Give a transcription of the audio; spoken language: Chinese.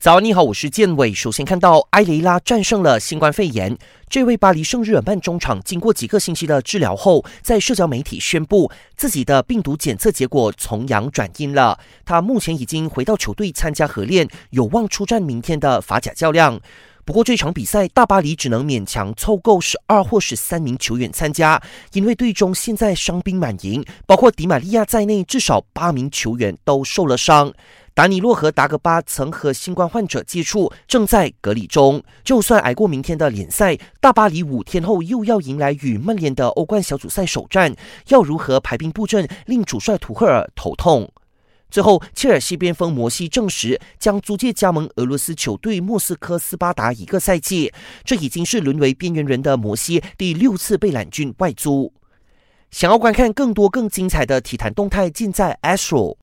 早安，你好，我是建伟。首先看到埃雷拉战胜了新冠肺炎。这位巴黎圣日耳曼中场经过几个星期的治疗后，在社交媒体宣布自己的病毒检测结果从阳转阴了。他目前已经回到球队参加合练，有望出战明天的法甲较量。不过这场比赛，大巴黎只能勉强凑够12或13名球员参加，因为队中现在伤兵满营，包括迪玛利亚在内，至少8名球员都受了伤。达尼洛和达格巴曾和新冠患者接触，正在隔离中。就算挨过明天的联赛，大巴黎5天后又要迎来与曼联的欧冠小组赛首战，要如何排兵布阵，令主帅图赫尔头痛。最后，切尔西边锋摩西证实将租借加盟俄罗斯球队莫斯科斯巴达1个赛季，这已经是沦为边缘人的摩西第6次被蓝军外租。想要观看更多更精彩的体坛动态，尽在 Astro。